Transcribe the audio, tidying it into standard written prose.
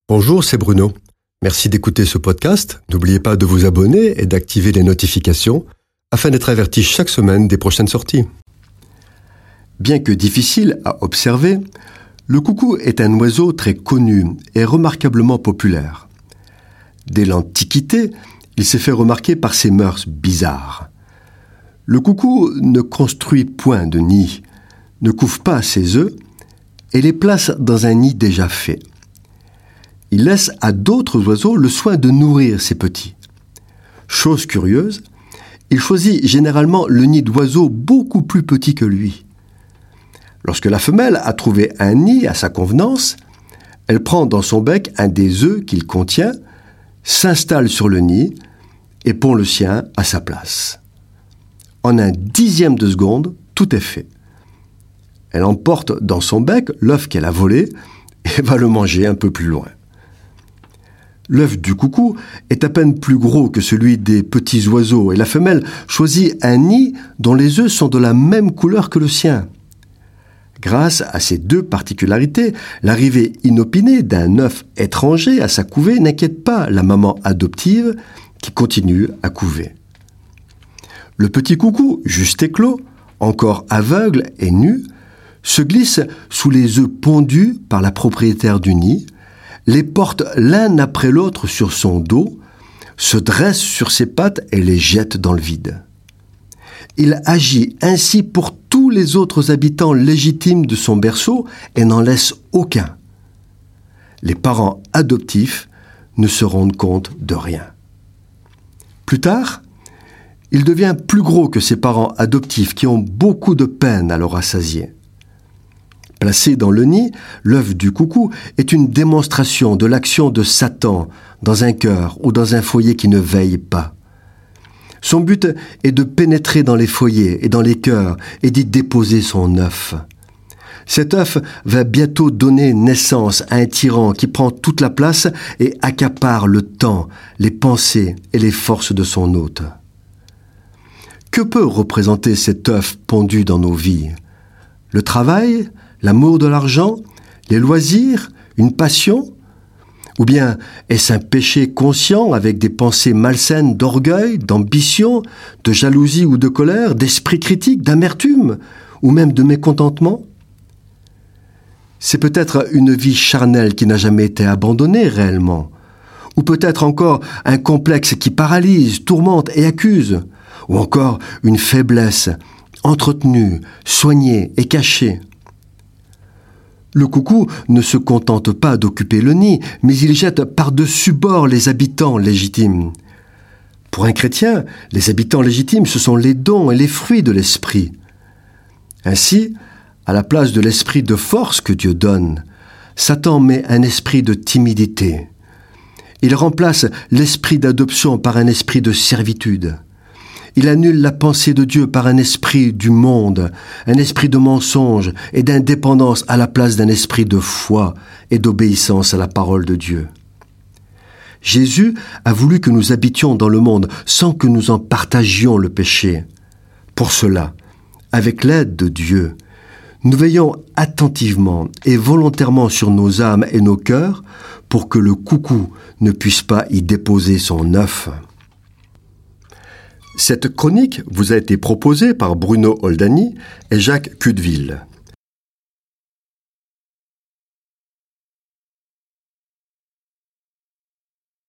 Bonjour, c'est Bruno. Merci d'écouter ce podcast. N'oubliez pas de vous abonner et d'activer les notifications afin d'être averti chaque semaine des prochaines sorties. Bien que difficile à observer, le coucou est un oiseau très connu et remarquablement populaire. Dès l'Antiquité, il s'est fait remarquer par ses mœurs bizarres. Le coucou ne construit point de nid, ne couve pas ses œufs et les place dans un nid déjà fait. Il laisse à d'autres oiseaux le soin de nourrir ses petits. Chose curieuse, il choisit généralement le nid d'oiseaux beaucoup plus petits que lui. Lorsque la femelle a trouvé un nid à sa convenance, elle prend dans son bec un des œufs qu'il contient, s'installe sur le nid et pond le sien à sa place. En un dixième de seconde, tout est fait. Elle emporte dans son bec l'œuf qu'elle a volé et va le manger un peu plus loin. L'œuf du coucou est à peine plus gros que celui des petits oiseaux et la femelle choisit un nid dont les œufs sont de la même couleur que le sien. Grâce à ces deux particularités, l'arrivée inopinée d'un œuf étranger à sa couvée n'inquiète pas la maman adoptive qui continue à couver. Le petit coucou, juste éclos, encore aveugle et nu, se glisse sous les œufs pondus par la propriétaire du nid, les porte l'un après l'autre sur son dos, se dresse sur ses pattes et les jette dans le vide. Il agit ainsi pour tous les autres habitants légitimes de son berceau et n'en laisse aucun. Les parents adoptifs ne se rendent compte de rien. Plus tard, il devient plus gros que ses parents adoptifs qui ont beaucoup de peine à le rassasier. Placé dans le nid, l'œuf du coucou est une démonstration de l'action de Satan dans un cœur ou dans un foyer qui ne veille pas. Son but est de pénétrer dans les foyers et dans les cœurs et d'y déposer son œuf. Cet œuf va bientôt donner naissance à un tyran qui prend toute la place et accapare le temps, les pensées et les forces de son hôte. Que peut représenter cet œuf pondu dans nos vies ? Le travail ? L'amour de l'argent, les loisirs, une passion? Ou bien est-ce un péché conscient avec des pensées malsaines d'orgueil, d'ambition, de jalousie ou de colère, d'esprit critique, d'amertume ou même de mécontentement? C'est peut-être une vie charnelle qui n'a jamais été abandonnée réellement, ou peut-être encore un complexe qui paralyse, tourmente et accuse, ou encore une faiblesse entretenue, soignée et cachée. Le coucou ne se contente pas d'occuper le nid, mais il jette par-dessus bord les habitants légitimes. Pour un chrétien, les habitants légitimes, ce sont les dons et les fruits de l'esprit. Ainsi, à la place de l'esprit de force que Dieu donne, Satan met un esprit de timidité. Il remplace l'esprit d'adoption par un esprit de servitude. Il annule la pensée de Dieu par un esprit du monde, un esprit de mensonge et d'indépendance à la place d'un esprit de foi et d'obéissance à la parole de Dieu. Jésus a voulu que nous habitions dans le monde sans que nous en partagions le péché. Pour cela, avec l'aide de Dieu, nous veillons attentivement et volontairement sur nos âmes et nos cœurs pour que le coucou ne puisse pas y déposer son œuf. Cette chronique vous a été proposée par Bruno Oldani et Jacques Cudeville.